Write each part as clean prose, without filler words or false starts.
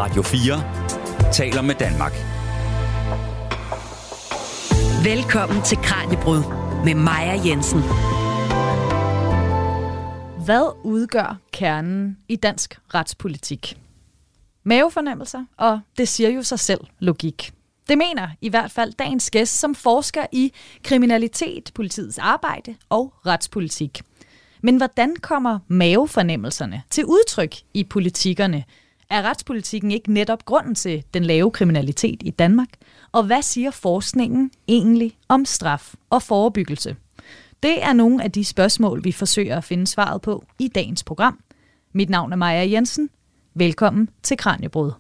Radio 4 taler med Danmark. Velkommen til Kraniebrud med Maja Jensen. Hvad udgør kernen i dansk retspolitik? Mavefornemmelser, og det siger jo sig selv logik. Det mener i hvert fald dagens gæst, som forsker i kriminalitet, politiets arbejde og retspolitik. Men hvordan kommer mavefornemmelserne til udtryk i politikerne? Er retspolitikken ikke netop grunden til den lave kriminalitet i Danmark? Og hvad siger forskningen egentlig om straf og forebyggelse? Det er nogle af de spørgsmål, vi forsøger at finde svaret på i dagens program. Mit navn er Maja Jensen. Velkommen til Kraniebrud.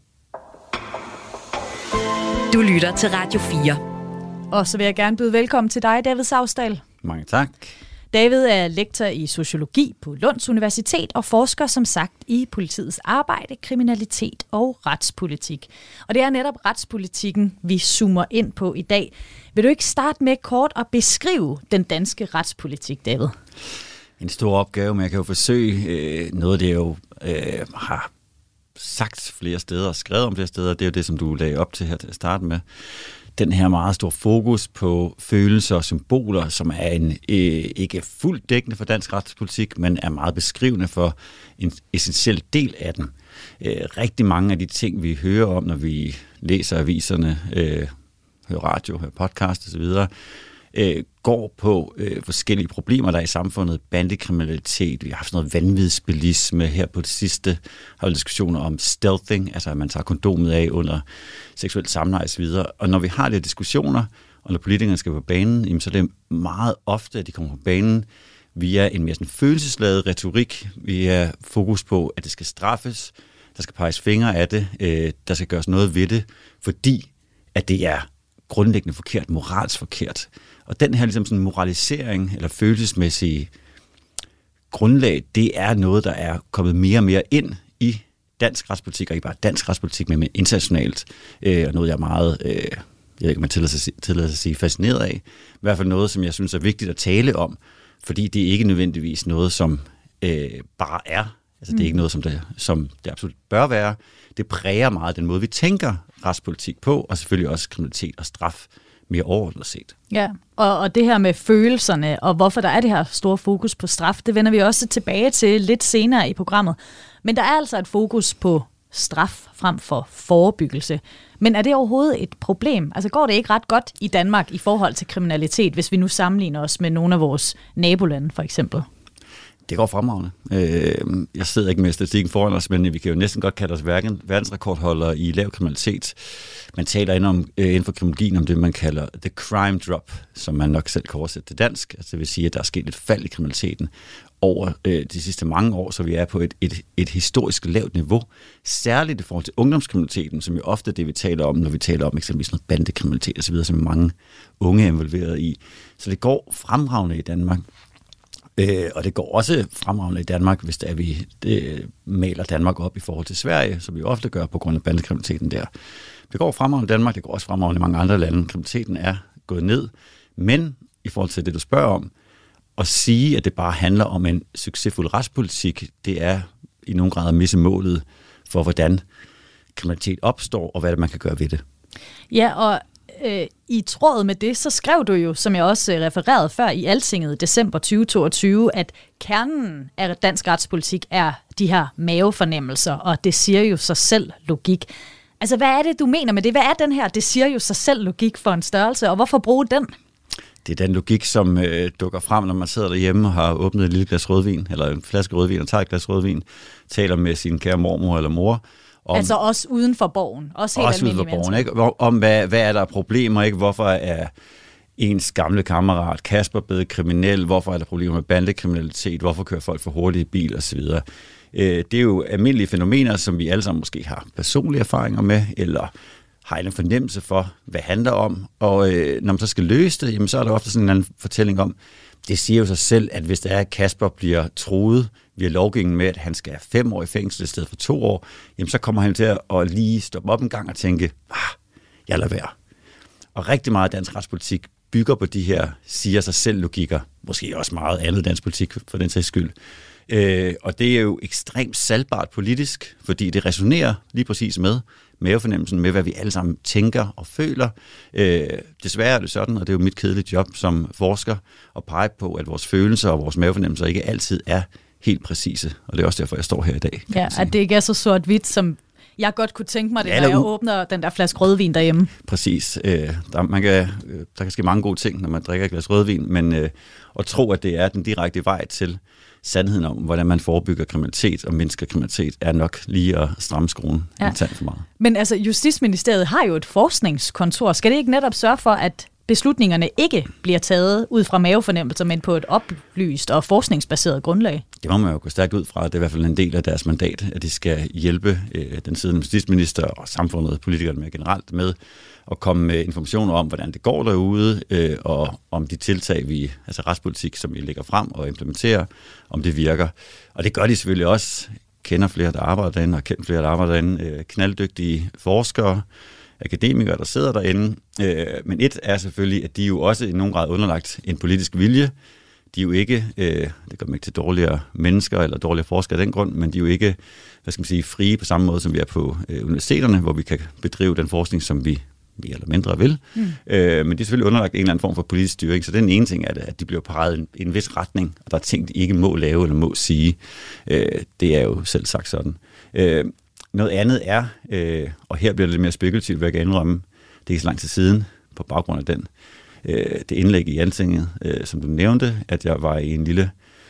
Du lytter til Radio 4. Og så vil jeg gerne byde velkommen til dig, David Sausdal. Mange tak. David er lektor i sociologi på Lunds Universitet og forsker som sagt i politiets arbejde, kriminalitet og retspolitik. Og det er netop retspolitikken, vi zoomer ind på i dag. Vil du ikke starte med kort at beskrive den danske retspolitik, David? En stor opgave, men jeg kan jo forsøge noget, det jo har sagt flere steder og skrevet om flere steder. Det er jo det, som du lagde op til her til at starte med. Den her meget stor fokus på følelser og symboler, som er en ikke fuldt dækkende for dansk retspolitik, men er meget beskrivende for en essentiel del af den. Rigtig mange af de ting, vi hører om, når vi læser aviserne, hører radio, hører podcast osv., går på forskellige problemer, der er i samfundet. Bandekriminalitet, vi har haft sådan noget vanvidsbilisme her på det sidste. Har vi diskussioner om stealthing, altså at man tager kondomet af under seksuelt samleje osv. Og når vi har de diskussioner, og når politikerne skal på banen, jamen, så er det meget ofte, at de kommer på banen via en mere sådan følelsesladet retorik. Vi er fokus på, at det skal straffes, der skal peges fingre af det, der skal gøres noget ved det, fordi at det er grundlæggende forkert, moralsk forkert. Og den her ligesom sådan moralisering eller følelsesmæssige grundlag, det er noget, der er kommet mere og mere ind i dansk retspolitik, og ikke bare dansk retspolitik, men internationalt. Og noget, jeg er meget, jeg ved ikke, om man tillader sig at sige, fascineret af. I hvert fald noget, som jeg synes er vigtigt at tale om, fordi det er ikke nødvendigvis noget, som bare er. Altså det er ikke noget, som det absolut bør være. Det præger meget den måde, vi tænker retspolitik på, og selvfølgelig også kriminalitet og straf mere overordnet set. Ja, og det her med følelserne, og hvorfor der er det her store fokus på straf, det vender vi også tilbage til lidt senere i programmet. Men der er altså et fokus på straf frem for forebyggelse. Men er det overhovedet et problem? Altså går det ikke ret godt i Danmark i forhold til kriminalitet, hvis vi nu sammenligner os med nogle af vores nabolande for eksempel? Det går fremragende. Jeg sidder ikke med statistikken foran os, men vi kan jo næsten godt kalde os verdensrekordholdere i lav kriminalitet. Man taler inden for kriminologien om det, man kalder the crime drop, som man nok selv kan oversætte til dansk. Altså det vil sige, at der er sket et fald i kriminaliteten over de sidste mange år, så vi er på et historisk lavt niveau. Særligt i forhold til ungdomskriminaliteten, som jo ofte er det, vi taler om, når vi taler om eksempelvis noget bandekriminalitet osv., som mange unge er involveret i. Så det går fremragende i Danmark. Og det går også fremragende i Danmark, hvis vi maler Danmark op i forhold til Sverige, som vi ofte gør på grund af bandekriminaliteten der. Det går fremragende i Danmark, det går også fremragende i mange andre lande. Kriminaliteten er gået ned, men i forhold til det, du spørger om, at sige, at det bare handler om en succesfuld retspolitik, det er i nogen grad at misse målet for, hvordan kriminalitet opstår, og hvad det, man kan gøre ved det. Ja, og i tråd med det, så skrev du jo, som jeg også refererede før i Altinget i december 2022, at kernen af dansk retspolitik er de her mavefornemmelser, og det siger jo sig selv logik. Altså, hvad er det, du mener med det? Hvad er den her, det siger jo sig selv logik for en størrelse, og hvorfor bruge den? Det er den logik, som dukker frem, når man sidder derhjemme og har åbnet et lille glas rødvin, eller en flaske rødvin, og tager et glas rødvin, taler med sin kære mormor eller mor, altså også uden for borgen, også helt også uden for borgen, ikke? Om hvad er der problemer, ikke? Hvorfor er ens gamle kammerat Kasper blevet kriminel? Hvorfor er der problemer med bandekriminalitet? Hvorfor kører folk for hurtigt i bil osv.? Det er jo almindelige fænomener, som vi alle sammen måske har personlige erfaringer med, eller har en fornemmelse for, hvad det handler om. Og når man så skal løse det, jamen, så er der ofte sådan en anden fortælling om, det siger jo sig selv, at hvis der er, at Kasper bliver truet via lovgivningen med, at han skal have 5 år i fængsel i stedet for 2 år, jamen så kommer han til at lige stoppe op en gang og tænke, jeg lader være. Og rigtig meget dansk retspolitik bygger på de her siger sig selv logikker, måske også meget andet dansk politik for den sags skyld, Og det er jo ekstremt salgbart politisk, fordi det resonerer lige præcis med mavefornemmelsen, med hvad vi alle sammen tænker og føler. Desværre er det sådan, og det er jo mit kedelige job som forsker, at pege på, at vores følelser og vores mavefornemmelser ikke altid er helt præcise. Og det er også derfor, jeg står her i dag. Ja, at det ikke er så sort-hvidt, som jeg godt kunne tænke mig det, når jeg åbner den der flaske rødvin derhjemme. Præcis. Der kan ske mange gode ting, når man drikker et glas rødvin, men at tro, at det er den direkte vej til sandheden om, hvordan man forebygger kriminalitet og mindsker kriminalitet, er nok lige at stramme skruen en tand for meget. Men altså, Justitsministeriet har jo et forskningskontor. Skal det ikke netop sørge for, at beslutningerne ikke bliver taget ud fra mavefornemmelser, men på et oplyst og forskningsbaseret grundlag? Det må man jo gå stærkt ud fra. Det er i hvert fald en del af deres mandat, at de skal hjælpe den siddende justitsminister og samfundet og politikerne mere generelt med at komme med informationer om, hvordan det går derude, og om de tiltag, altså retspolitik, som vi lægger frem og implementerer, om det virker. Og det gør de selvfølgelig også. Kender flere, der arbejder derinde, og kendt flere, der arbejder derinde. Knalddygtige forskere, akademikere, der sidder derinde. Men et er selvfølgelig, at de jo også i nogen grad underlagt en politisk vilje. De er jo ikke, det gør dem ikke til dårligere mennesker eller dårligere forskere af den grund, men de er jo ikke, frie på samme måde, som vi er på universiteterne, hvor vi kan bedrive den forskning, som vi mere eller mindre vil. Men de er selvfølgelig underlagt en eller anden form for politisk styring, så den ene ting er det, at de bliver peget i en vis retning, og der er ting, de ikke må lave eller må sige. Det er jo selv sagt sådan. Noget andet er, og her bliver det lidt mere spekulativt, hvad jeg kan indrømme, det er ikke så lang tid siden, på baggrund af det indlæg i Altinget, som du nævnte, at jeg var i en lille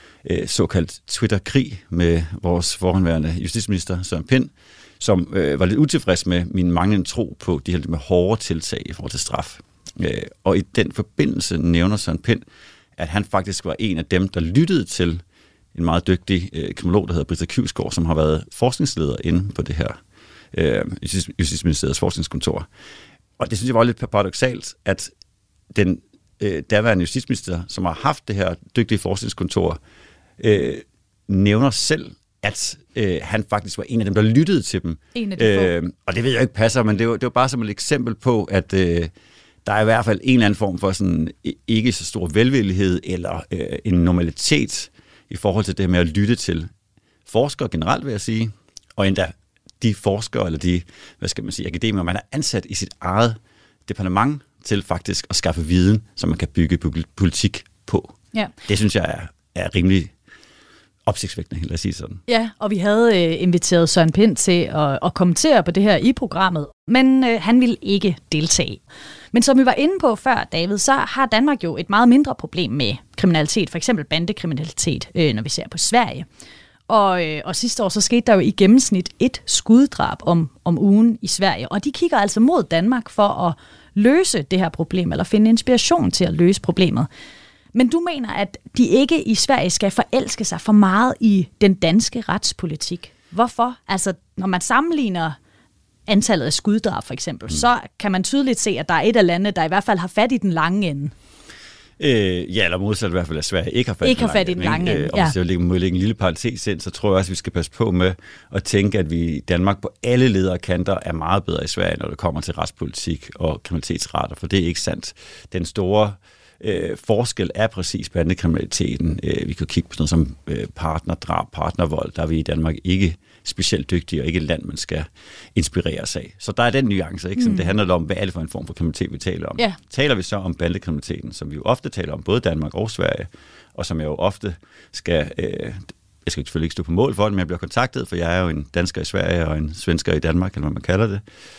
såkaldt Twitter-krig med vores forhenværende justitsminister Søren Pind, som var lidt utilfreds med min manglende tro på de her med hårde tiltag i forhold til straf. Og i den forbindelse nævner Søren Pind, at han faktisk var en af dem, der lyttede til en meget dygtig kriminolog, der hedder Britta Kyvsgaard, som har været forskningsleder inde på det her Justitsministeriets forskningskontor. Og det synes jeg var lidt paradoksalt, at den daværende justitsminister, som har haft det her dygtige forskningskontor, nævner selv, at han faktisk var en af dem, der lyttede til dem. Og det ved jeg ikke passer, men det var bare som et eksempel på, at der er i hvert fald en eller anden form for sådan ikke så stor velvillighed eller en normalitet i forhold til det med at lytte til forskere generelt, vil jeg sige, og endda de forskere eller de, akademikere, man har ansat i sit eget departement til faktisk at skaffe viden, som man kan bygge politik på. Ja. Det synes jeg er rimelig opsigtsvækkende, lad os sige sådan. Ja, og vi havde inviteret Søren Pind til at kommentere på det her i programmet, men han ville ikke deltage. Men som vi var inde på før, David, så har Danmark jo et meget mindre problem med kriminalitet, for eksempel bandekriminalitet, når vi ser på Sverige. Og sidste år, så skete der jo i gennemsnit 1 skuddrab om ugen i Sverige, og de kigger altså mod Danmark for at løse det her problem, eller finde inspiration til at løse problemet. Men du mener, at de ikke i Sverige skal forelske sig for meget i den danske retspolitik. Hvorfor? Altså, når man sammenligner antallet af skuddrab for eksempel, så kan man tydeligt se, at der er et af landene, der i hvert fald har fat i den lange ende. Ja, eller modsat i hvert fald, at Sverige ikke har fat i den lange ende. Og hvis jeg må lægge en lille parentes ind, så tror jeg også, at vi skal passe på med at tænke, at vi i Danmark på alle ledere kanter er meget bedre i Sverige, når det kommer til retspolitik og kriminalitetsrater, for det er ikke sandt. Den store forskel er præcis bandekriminaliteten. Vi kan kigge på sådan som partnerdrab, partnervold, der er vi i Danmark ikke specielt dygtige, og ikke et land, man skal inspireres af. Så der er den nuance, ikke? Som det handler om, hvad er det for en form for kriminalitet, vi taler om. Yeah. Taler vi så om bandekriminaliteten, som vi jo ofte taler om, både Danmark og Sverige, og som jeg jo ofte skal... jeg skal selvfølgelig ikke stå på mål for det, men jeg bliver kontaktet, for jeg er jo en dansker i Sverige, og en svensker i Danmark, eller hvad man kalder det.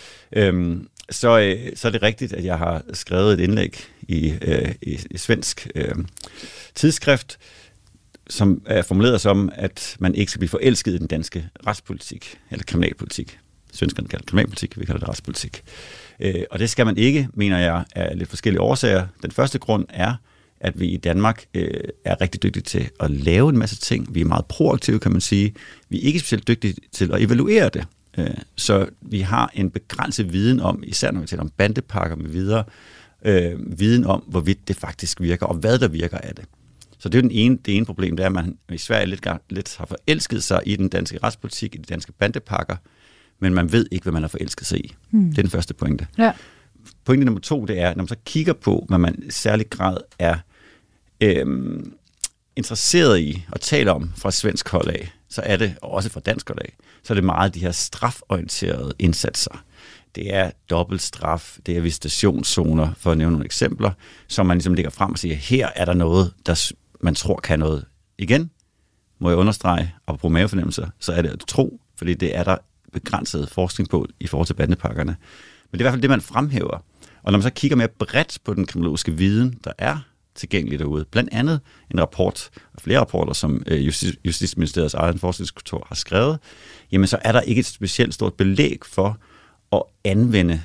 Så er det rigtigt, at jeg har skrevet et indlæg i svensk tidsskrift, som er formuleret som, at man ikke skal blive forelsket i den danske retspolitik, eller kriminalpolitik. Svenskerne kalder det kriminalpolitik, vi kalder det retspolitik. Og det skal man ikke, mener jeg, af lidt forskellige årsager. Den første grund er, at vi i Danmark er rigtig dygtige til at lave en masse ting. Vi er meget proaktive, kan man sige. Vi er ikke specielt dygtige til at evaluere det. Så vi har en begrænset viden om, især når vi taler om bandepakker med videre, viden om, hvorvidt det faktisk virker, og hvad der virker af det. Så det er jo det ene problem, det er, at man i Sverige lidt har forelsket sig i den danske retspolitik, i de danske bandepakker, men man ved ikke, hvad man har forelsket sig i. Det er den første pointe. Ja. Pointe nummer 2, det er, når man så kigger på, hvad man i særlig grad er interesseret i og taler om fra svensk hold af, så er det, og også fra dansk hold af, så er det meget de her straforienterede indsatser. Det er dobbeltstraf, det er visitationszoner, for at nævne nogle eksempler, som man ligesom lægger frem og siger, her er der noget, der man tror kan noget. Igen, må jeg understrege, apropos mavefornemmelser, så er det at tro, fordi det er der begrænset forskning på i forhold til bandepakkerne. Men det er i hvert fald det, man fremhæver. Og når man så kigger mere bredt på den kriminologiske viden, der er tilgængelig derude, blandt andet en rapport, og flere rapporter, som Justitsministeriets egen forskningskontor har skrevet, jamen så er der ikke et specielt stort belæg for at anvende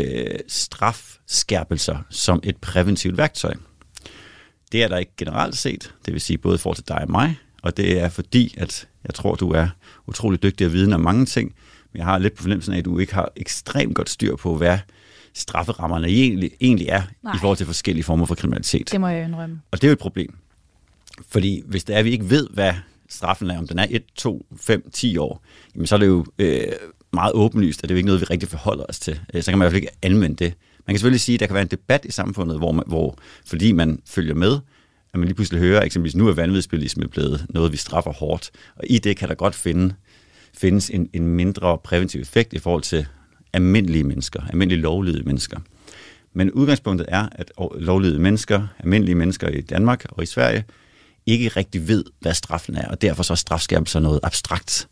strafskærpelser som et præventivt værktøj. Det er der ikke generelt set, det vil sige både i forhold til dig og mig, og det er fordi, at jeg tror, du er utrolig dygtig at vide om mange ting, men jeg har lidt på fornemmelsen af, at du ikke har ekstremt godt styr på, hvad strafferammerne egentlig er i forhold til forskellige former for kriminalitet. Det må jeg indrømme. Og det er jo et problem. Fordi hvis det er, at vi ikke ved, hvad straffen er, om den er 1, 2, 5, 10 år, jamen så er det jo meget åbenlyst, at det er jo ikke noget, vi rigtig forholder os til. Så kan man i hvert fald ikke anvende det. Man kan selvfølgelig sige, at der kan være en debat i samfundet, hvor fordi man følger med, at man lige pludselig hører, eksempelvis nu er vanvidsbilisme blevet noget, vi straffer hårdt. Og i det kan der godt findes en mindre præventiv effekt i forhold til almindelige mennesker, almindelige lovlydige mennesker. Men udgangspunktet er, at lovlydige mennesker, almindelige mennesker i Danmark og i Sverige, ikke rigtig ved, hvad straffen er, og derfor så er strafskærpelser noget abstrakt.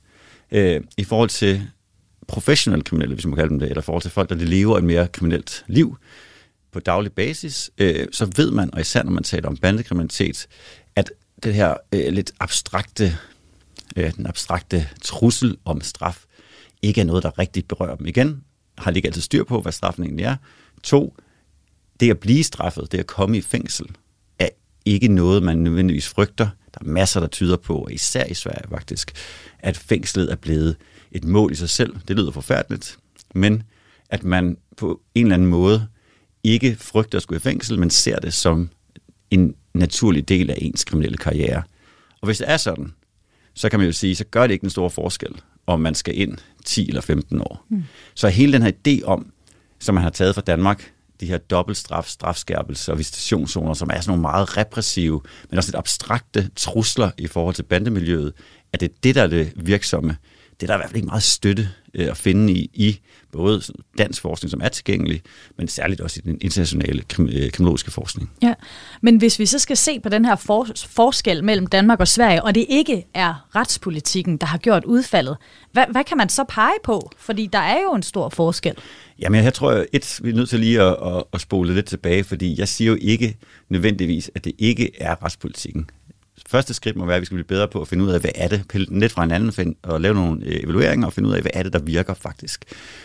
I forhold til professionelle kriminelle, hvis man kan kalde dem det, eller i forhold til folk, der lever et mere kriminelt liv på daglig basis, så ved man, og især når man taler om bandekriminalitet, at det her lidt abstrakte, den abstrakte trussel om straf, ikke er noget, der rigtig berører dem. Igen, har de ikke altid styr på, hvad straffen egentlig er. 2, det at blive straffet, det at komme i fængsel, er ikke noget, man nødvendigvis frygter. Der er masser, der tyder på, især i Sverige faktisk, at fængslet er blevet et mål i sig selv. Det lyder forfærdeligt, men at man på en eller anden måde ikke frygter at skulle i fængsel, men ser det som en naturlig del af ens kriminelle karriere. Og hvis det er sådan, så kan man jo sige, så gør det ikke en stor forskel, om man skal ind 10 eller 15 år. Så hele den her idé om, som man har taget fra Danmark, de her dobbeltstraf, strafskærpelser og visitationszoner, som er sådan nogle meget repressive, men også lidt abstrakte trusler i forhold til bandemiljøet, at det er det, der er det virksomme. Det er der i hvert fald ikke meget støtte at finde i både dansk forskning, som er tilgængelig, men særligt også i den internationale kriminologiske forskning. Ja, men hvis vi så skal se på den her forskel mellem Danmark og Sverige, og det ikke er retspolitikken, der har gjort udfaldet, hvad kan man så pege på? Fordi der er jo en stor forskel. Jamen, jeg tror, vi er nødt til lige at spole lidt tilbage, fordi jeg siger jo ikke nødvendigvis, at det ikke er retspolitikken. Første skridt må være, at vi skal blive bedre på at finde ud af, hvad er det, pille den lidt fra hinanden og lave nogle evalueringer og finde ud af, hvad er det, der virker faktisk.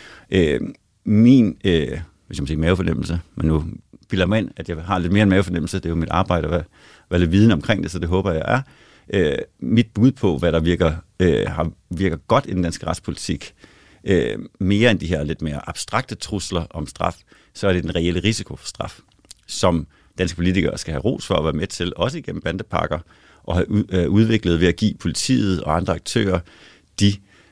Min, hvis jeg må sige mavefornemmelse, men nu bilder mig ind, at jeg har lidt mere end mavefornemmelse, det er jo mit arbejde at være lidt viden omkring det, så det håber jeg er. Mit bud på, hvad der virker godt i den danske retspolitik, mere end de her lidt mere abstrakte trusler om straf, så er det den reelle risiko for straf, som danske politikere skal have ros for at være med til, også igennem bandepakker, og have udviklet ved at give politiet og andre aktører de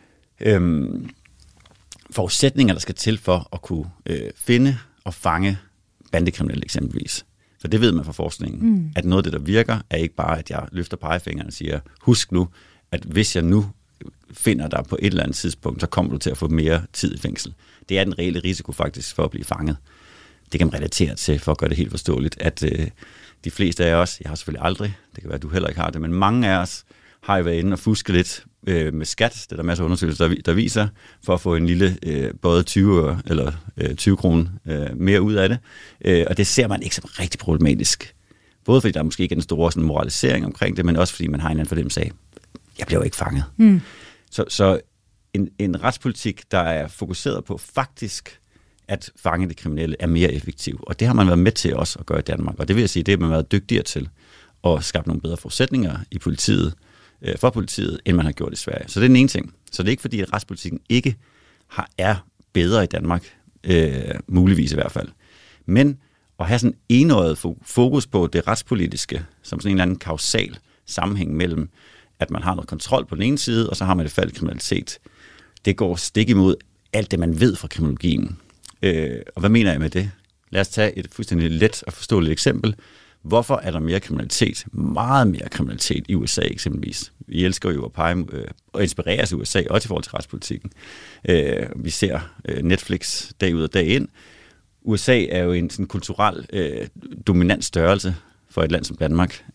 forudsætninger, der skal til for at kunne finde og fange bandekriminelle eksempelvis. For det ved man fra forskningen, at noget af det, der virker, er ikke bare, at jeg løfter pegefingeren og siger, husk nu, at hvis jeg nu finder dig på et eller andet tidspunkt, så kommer du til at få mere tid i fængsel. Det er den reelle risiko faktisk for at blive fanget. Det kan man relatere til, for at gøre det helt forståeligt, at de fleste af os, jeg har selvfølgelig aldrig, det kan være, at du heller ikke har det, men mange af os har jo været inde og fuske lidt med skat. Det er der masser af undersøgelser, der viser, for at få en lille både 20 eller 20 kroner mere ud af det. Og det ser man ikke som rigtig problematisk. Både fordi der måske ikke er en stor sådan, moralisering omkring det, men også fordi man har en anden fornemmelse af, jeg bliver jo ikke fanget. Så en retspolitik, der er fokuseret på faktisk at fange de kriminelle, er mere effektiv. Og det har man været med til også at gøre i Danmark. Og det vil jeg sige, det har man været dygtigere til at skabe nogle bedre forudsætninger i politiet, for politiet, end man har gjort i Sverige. Så det er den ene ting. Så det er ikke fordi, at retspolitikken ikke er bedre i Danmark, muligvis i hvert fald. Men at have sådan enøjet fokus på det retspolitiske, som sådan en eller anden kausal sammenhæng mellem, at man har noget kontrol på den ene side, og så har man det fald i kriminalitet. Det går stik imod alt det, man ved fra kriminologien. Og hvad mener jeg med det? Lad os tage et fuldstændig let og forståeligt eksempel, Hvorfor er der mere kriminalitet? Meget mere kriminalitet i USA eksempelvis. Vi elsker jo at pege og inspireres i USA, også i forhold til retspolitikken. Vi ser Netflix dag ud og dag ind. USA er jo en sådan kulturel dominant størrelse for et land som Danmark.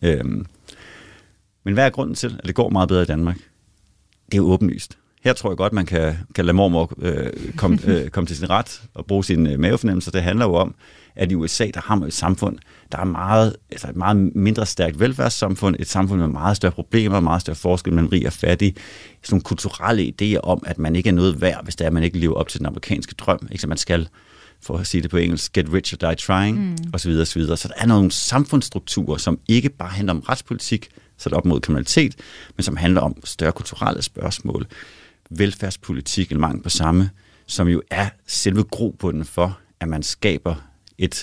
Men hvad er grunden til, at det går meget bedre i Danmark? Det er jo åbenlyst. Her tror jeg godt, man kan lade mormor komme til sin ret og bruge sine mavefornemmelser. Det handler jo om, at i USA, der har man et samfund, der er et meget mindre stærkt velfærdssamfund, et samfund med meget større problemer, meget større forskel mellem rig og fattig, sådan nogle kulturelle idéer om, at man ikke er noget værd, hvis det er, at man ikke lever op til den amerikanske drøm. Ikke? Så man skal, for at sige det på engelsk, get rich or die trying, osv. osv. Så der er nogle samfundsstrukturer, som ikke bare handler om retspolitik, sat op mod kriminalitet, men som handler om større kulturelle spørgsmål, velfærdspolitik, eller mangel på samme, som jo er selve grobunden for, at man skaber et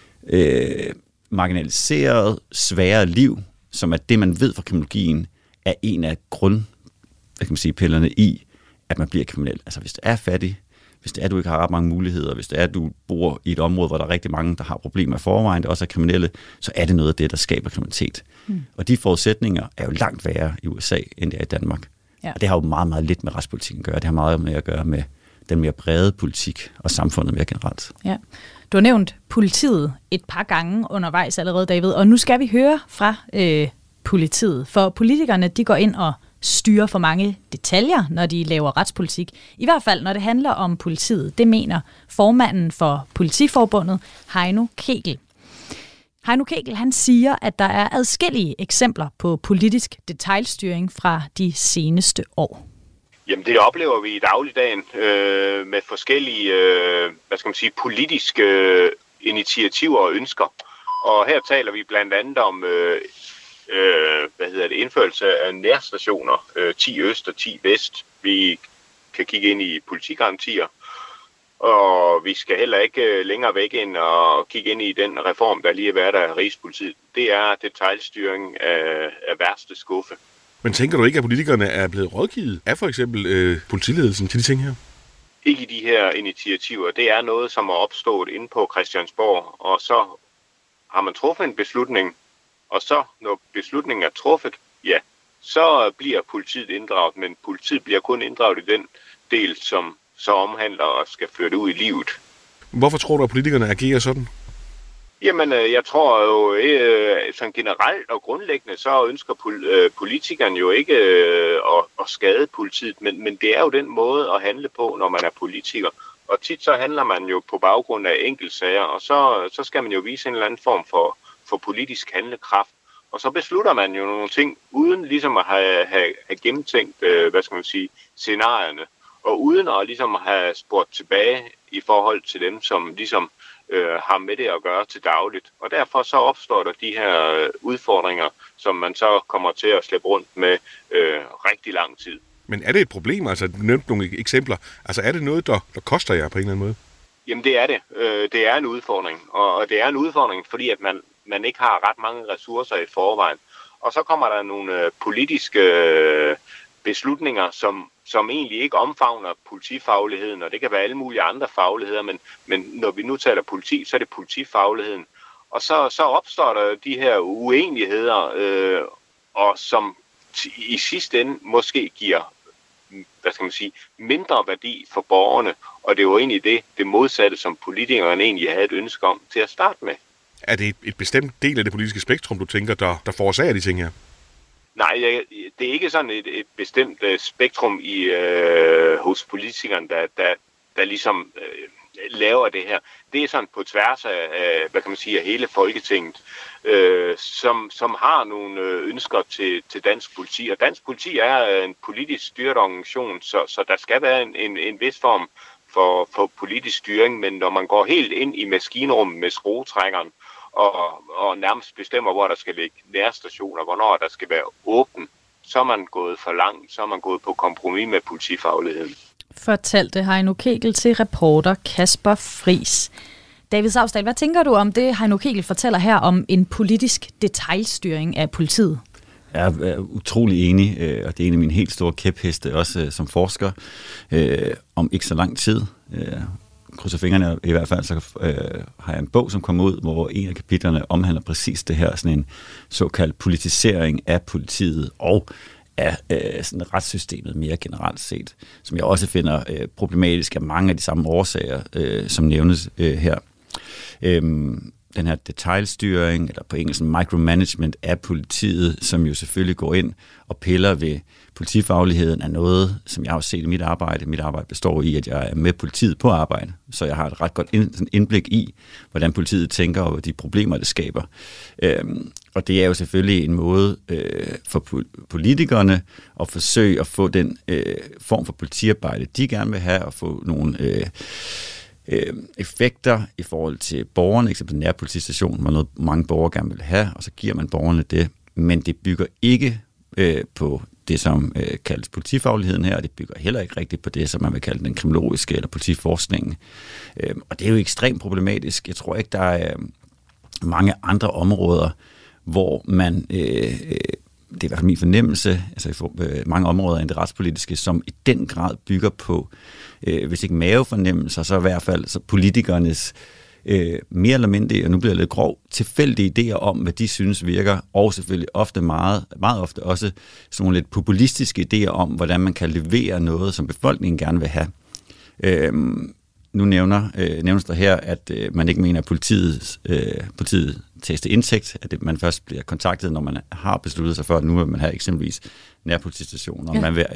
marginaliseret, sværere liv, som er det, man ved fra kriminologien, er en af pillerne i, at man bliver kriminel. Altså hvis du er fattig, hvis det er, at du ikke har ret mange muligheder, hvis det er, at du bor i et område, hvor der er rigtig mange, der har problemer i forvejen, der også er kriminelle, så er det noget af det, der skaber kriminalitet. Og de forudsætninger er jo langt værre i USA, end det er i Danmark. Ja. Og det har jo meget, meget lidt med retspolitikken at gøre. Det har meget med at gøre med den mere brede politik og samfundet mere generelt. Ja. Du har nævnt politiet et par gange undervejs allerede, David, og nu skal vi høre fra politiet. For politikerne, de går ind og styrer for mange detaljer, når de laver retspolitik. I hvert fald, når det handler om politiet. Det mener formanden for Politiforbundet, Heino Kegel. Heino Kegel, han siger, at der er adskillige eksempler på politisk detailstyring fra de seneste år. Jamen, det oplever vi i dagligdagen med forskellige politiske initiativer og ønsker. Og her taler vi blandt andet om indførelse af nærstationer, 10 øst og 10 vest. Vi kan kigge ind i politigarantier. Og vi skal heller ikke længere væk ind og kigge ind i den reform, der lige er været af Rigspolitiet. Det er detailstyring af værste skuffe. Men tænker du ikke, at politikerne er blevet rådgivet af for eksempel politiledelsen til de ting her? Ikke i de her initiativer. Det er noget, som er opstået inde på Christiansborg, og så har man truffet en beslutning, og så når beslutningen er truffet, ja, så bliver politiet inddraget, men politiet bliver kun inddraget i den del, som så omhandler og skal føre det ud i livet. Hvorfor tror du, at politikerne agerer sådan? Jamen, jeg tror jo sådan generelt og grundlæggende, så ønsker politikerne jo ikke at skade politiet, men det er jo den måde at handle på, når man er politiker. Og tit så handler man jo på baggrund af enkeltsager, og så skal man jo vise en eller anden form for politisk handlekraft. Og så beslutter man jo nogle ting, uden ligesom at have gennemtænkt, scenarierne. Og uden at ligesom have spurgt tilbage i forhold til dem, som ligesom har med det at gøre til dagligt. Og derfor så opstår der de her udfordringer, som man så kommer til at slæbe rundt med rigtig lang tid. Men er det et problem? Altså, du nævnte nogle eksempler. Altså, er det noget, der koster jer på en eller anden måde? Jamen, det er det. Det er en udfordring. Og det er en udfordring, fordi at man ikke har ret mange ressourcer i forvejen. Og så kommer der nogle politiske beslutninger, som egentlig ikke omfavner politifagligheden, og det kan være alle mulige andre fagligheder, men når vi nu taler politi, så er det politifagligheden. Og så opstår der de her uenigheder, og som i sidste ende måske giver, mindre værdi for borgerne, og det er jo egentlig det modsatte, som politikerne egentlig havde et ønske om til at starte med. Er det et bestemt del af det politiske spektrum, du tænker, der forårsager de ting her? Nej, det er ikke sådan et bestemt spektrum hos politikerne, der ligesom laver det her. Det er sådan på tværs af hele Folketinget, som har nogle ønsker til dansk politi. Og dansk politi er en politisk styret organisation, så der skal være en vis form for politisk styring, men når man går helt ind i maskinrummet med skruetrækkeren, og nærmest bestemmer, hvor der skal ligge nærstationer, hvornår der skal være åben, så er man gået for langt, så er man gået på kompromis med politifagligheden. Fortalte Heino Kegel til reporter Kasper Friis. David Sausdal, hvad tænker du om det, Heino Kegel fortæller her om en politisk detailstyring af politiet? Jeg er utrolig enig, og det er en af mine helt store kæpheste, også som forsker, om ikke så lang tid. krydser fingrene i hvert fald, så har jeg en bog, som kommer ud, hvor en af kapitlerne omhandler præcis det her, sådan en såkaldt politisering af politiet og af sådan retssystemet mere generelt set, som jeg også finder problematisk af mange af de samme årsager, som nævnes her. Den her detailstyring, eller på engelsk micromanagement af politiet, som jo selvfølgelig går ind og piller ved politifagligheden, er noget, som jeg har set i mit arbejde. Mit arbejde består i, at jeg er med politiet på arbejde, så jeg har et ret godt indblik i, hvordan politiet tænker og de problemer, det skaber. Og det er jo selvfølgelig en måde for politikerne at forsøge at få den form for politiarbejde, de gerne vil have, og få nogle effekter i forhold til borgerne, eksempelvis nærpolitistation, hvor noget mange borgere gerne vil have, og så giver man borgerne det, men det bygger ikke på det, som kaldes politifagligheden her, og det bygger heller ikke rigtigt på det, som man vil kalde den kriminologiske eller politiforskningen. Og det er jo ekstremt problematisk. Jeg tror ikke, der er mange andre områder, hvor man, det er i hvert fald min fornemmelse, altså mange områder end det retspolitiske, som i den grad bygger på, hvis ikke mavefornemmelser, så i hvert fald så politikernes mere eller mindre, og nu bliver det lidt grov, tilfældige idéer om, hvad de synes virker, og selvfølgelig ofte meget ofte også sådan nogle lidt populistiske idéer om, hvordan man kan levere noget, som befolkningen gerne vil have. Nu nævnes der her, at man ikke mener, at politiet tages til indtægt, at man først bliver kontaktet, når man har besluttet sig for, at nu vil man have eksempelvis nærpolitistationer, og man vil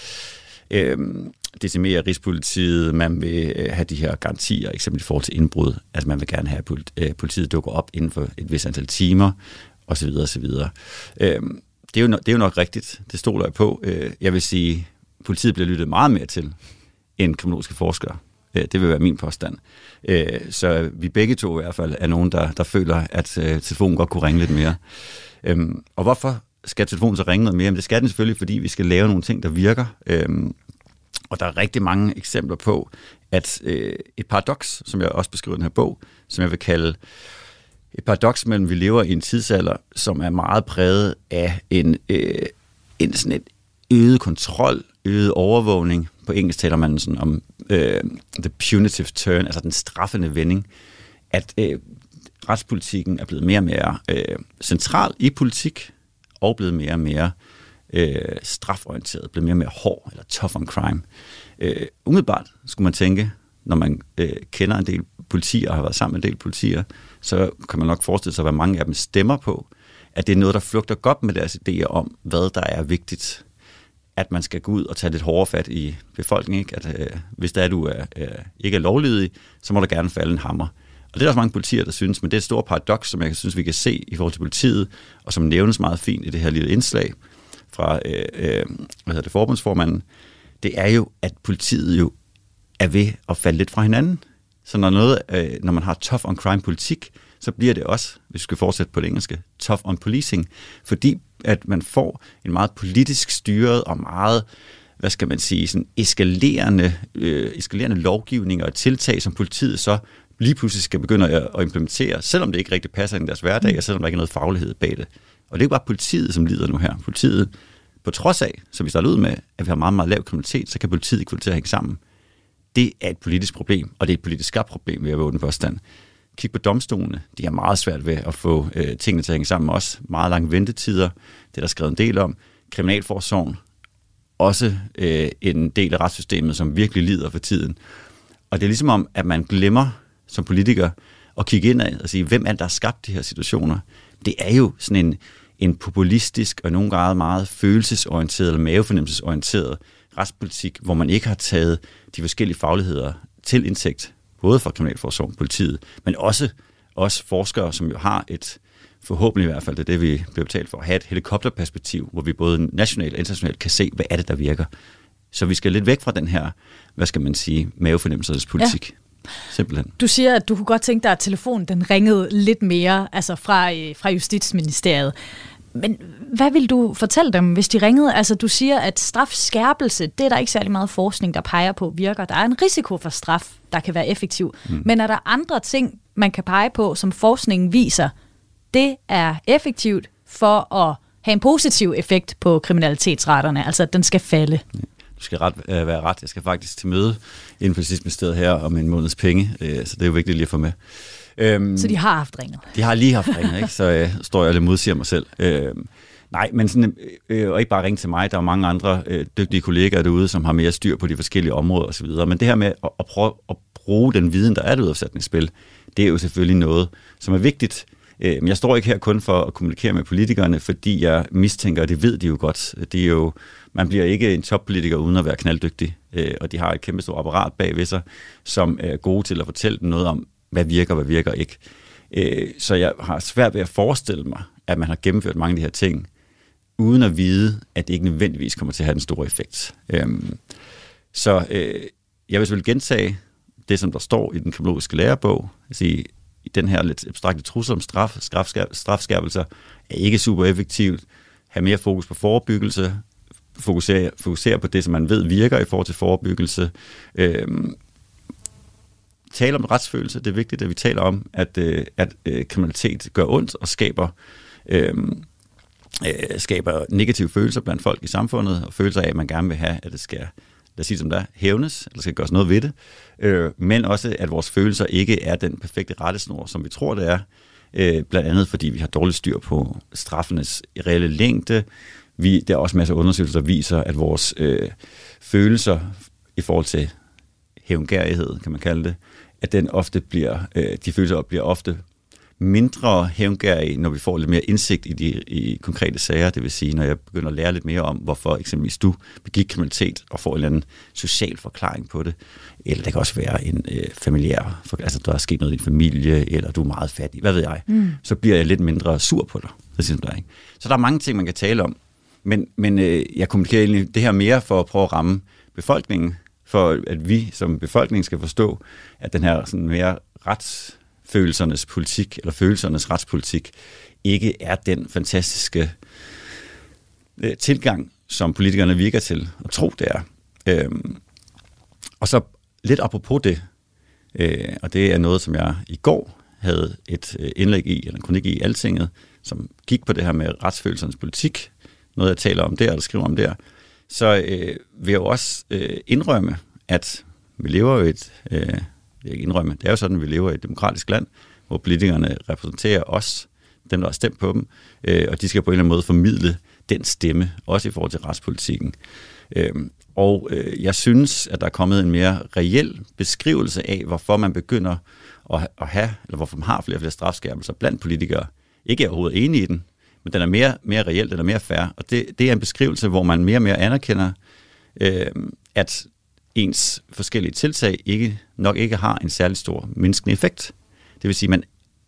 decimere Rigspolitiet, man vil have de her garantier, eksempelvis i forhold til indbrud, altså man vil gerne have, at politiet dukker op inden for et vist antal timer, osv. osv. Det er jo nok rigtigt, det stoler jeg på. Jeg vil sige, at politiet bliver lyttet meget mere til end kriminologiske forskere. Det vil være min påstand. Så vi begge to i hvert fald er nogen, der føler, at telefonen godt kunne ringe lidt mere. Og hvorfor skal telefonen så ringe noget mere? Men det skal den selvfølgelig, fordi vi skal lave nogle ting, der virker. Og der er rigtig mange eksempler på, at et paradoks, som jeg også beskriver i den her bog, som jeg vil kalde et paradoks mellem, vi lever i en tidsalder, som er meget præget af en sådan et øget kontrol, øget overvågning. På engelsk taler man sådan om the punitive turn, altså den straffende vending, at retspolitikken er blevet mere og mere central i politik, og blevet mere og mere straforienteret, blevet mere og mere hård, eller tough on crime. Umiddelbart skulle man tænke, når man kender en del politier og har været sammen med en del politier, så kan man nok forestille sig, hvad mange af dem stemmer på, at det er noget, der flugter godt med deres idéer om, hvad der er vigtigt. At man skal gå ud og tage lidt hårdere fat i befolkningen. Ikke? At hvis der du ikke er lovlydig, så må der gerne falde en hammer. Og det er også mange politier, der synes, men det er et stort paradoks, som jeg synes, vi kan se i forhold til politiet, og som nævnes meget fint i det her lille indslag fra forbundsformanden. Det er jo, at politiet jo er ved at falde lidt fra hinanden. Så når man har tough on crime politik, så bliver det også, hvis vi skal fortsætte på det engelske, tough on policing, fordi at man får en meget politisk styret og meget, hvad skal man sige, sådan eskalerende lovgivning og tiltag, som politiet så lige pludselig skal begynde at implementere, selvom det ikke rigtig passer ind i deres hverdag, og selvom der ikke er noget faglighed bag det. Og det er jo bare politiet, som lider nu her. Politiet, på trods af, som vi startede ud med, at vi har meget, meget lav kriminalitet, så kan politiet ikke få det til at hænge sammen. Det er et politisk problem, og det er et politisk skabt problem, ved at våge den påstand. Kig på domstolene. De har meget svært ved at få tingene til at hænge sammen også. Meget lange ventetider. Det er der skrevet en del om. Kriminalforsorgen. Også en del af retssystemet, som virkelig lider for tiden. Og det er ligesom om, at man glemmer som politiker at kigge indad og sige, hvem er der har skabt de her situationer? Det er jo sådan en populistisk og nogle gange meget følelsesorienteret eller mavefornemmelsesorienteret retspolitik, hvor man ikke har taget de forskellige fagligheder til indtægt, både fra kriminalforsorgen, politiet, men også forskere, som jo har et, forhåbentlig i hvert fald, det er det, vi bliver betalt for, at have et helikopterperspektiv, hvor vi både nationalt og internationalt kan se, hvad er det, der virker. Så vi skal lidt væk fra den her, hvad skal man sige, mavefornemmelsespolitik. Ja. Simpelthen. Du siger, at du kunne godt tænke dig, at telefonen den ringede lidt mere, altså fra Justitsministeriet. Men hvad vil du fortælle dem, hvis de ringede? Altså, du siger, at strafskærpelse, det er der ikke særlig meget forskning, der peger på virker. Der er en risiko for straf, der kan være effektiv. Men er der andre ting, man kan pege på, som forskningen viser, det er effektivt for at have en positiv effekt på kriminalitetsraterne, altså at den skal falde? skal være ret. Jeg skal faktisk til møde inden for Justitsministeriet her om en måneds penge, så det er jo vigtigt lige at få med. Så de har haft ringet? De har lige haft ringet, ikke? Så står jeg lidt modsiger mig selv. Nej, men sådan, og ikke bare ringe til mig, der er mange andre dygtige kollegaer derude, som har mere styr på de forskellige områder osv. Men det her med at prøve at bruge den viden, der er derude af opsætningsspil, det er jo selvfølgelig noget, som er vigtigt. Men jeg står ikke her kun for at kommunikere med politikerne, fordi jeg mistænker, og det ved de jo godt. Det er jo, man bliver ikke en toppolitiker uden at være knalddygtig, og de har et kæmpe stort apparat bagved sig, som er gode til at fortælle dem noget om, hvad virker ikke. Så jeg har svært ved at forestille mig, at man har gennemført mange af de her ting, uden at vide, at det ikke nødvendigvis kommer til at have den store effekt. Så jeg vil selvfølgelig gentage det, som der står i den kriminologiske lærebog, altså i den her lidt abstrakte trussel om strafskærpelser, er ikke super effektivt. Have mere fokus på forebyggelse, fokusere på det, som man ved virker i forhold til forebyggelse. Tale om retsfølelse, det er vigtigt, at vi taler om, at kriminalitet gør ondt og skaber negative følelser blandt folk i samfundet, og følelser af, at man gerne vil have, at det skal, lad os sige som der, hævnes, eller skal gøres noget ved det, men også, at vores følelser ikke er den perfekte rettesnor, som vi tror, det er, blandt andet fordi vi har dårligt styr på straffenes reelle længde. Der er også masser af undersøgelser, der viser, at vores følelser i forhold til hævngærighed, kan man kalde det, at de følelser bliver ofte mindre hævngærige, når vi får lidt mere indsigt i konkrete sager. Det vil sige, når jeg begynder at lære lidt mere om, hvorfor eksempelvis du begik kriminalitet og får en eller anden social forklaring på det. Eller det kan også være en familiær, altså der er sket noget i din familie, eller du er meget fattig, hvad ved jeg. Så bliver jeg lidt mindre sur på dig. Så der er mange ting, man kan tale om. Men jeg kommunikerer egentlig det her mere for at prøve at ramme befolkningen, for at vi som befolkning skal forstå, at den her sådan mere retsfølelsernes politik, eller følelsernes retspolitik, ikke er den fantastiske tilgang, som politikerne virker til at tro, det er. Og så lidt apropos det, og det er noget, som jeg i går havde et indlæg i, eller en kronik i Altinget, som gik på det her med retsfølelsernes politik, noget jeg taler om der, eller skriver om der, så vil jeg jo også indrømme, at vi lever jo det er jo sådan, at vi lever i et demokratisk land, hvor politikerne repræsenterer os, dem der har stemt på dem, og de skal på en eller anden måde formidle den stemme, også i forhold til retspolitikken. Jeg synes, at der er kommet en mere reel beskrivelse af, hvorfor man begynder at have, eller hvorfor man har flere og flere strafskærpelser blandt politikere. Ikke er overhovedet enig i den, men den er mere reel, den er mere fair, og det er en beskrivelse, hvor man mere og mere anerkender, at ens forskellige tiltag nok ikke har en særlig stor menneskelig effekt. Det vil sige, at man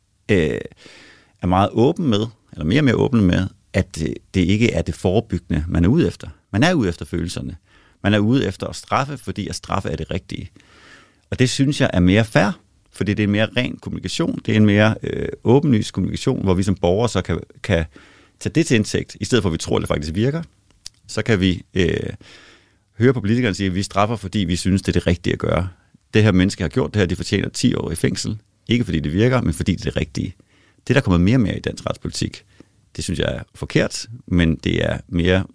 er meget åben med, eller mere og mere åben med, at det ikke er det forebyggende, man er ude efter. Man er ude efter følelserne. Man er ude efter at straffe, fordi at straffe er det rigtige. Og det synes jeg er mere fair, fordi det er en mere ren kommunikation, det er en mere åbenlys kommunikation, hvor vi som borgere så kan tage det til indtægt, i stedet for at vi tror, at det faktisk virker. Så kan vi høre på politikerne sige, at vi straffer, fordi vi synes, det er det rigtige at gøre. Det her menneske har gjort det her, de fortjener 10 år i fængsel. Ikke fordi det virker, men fordi det er det rigtige. Det, der kommer mere og mere i dansk retspolitik, det synes jeg er forkert, men det er mere,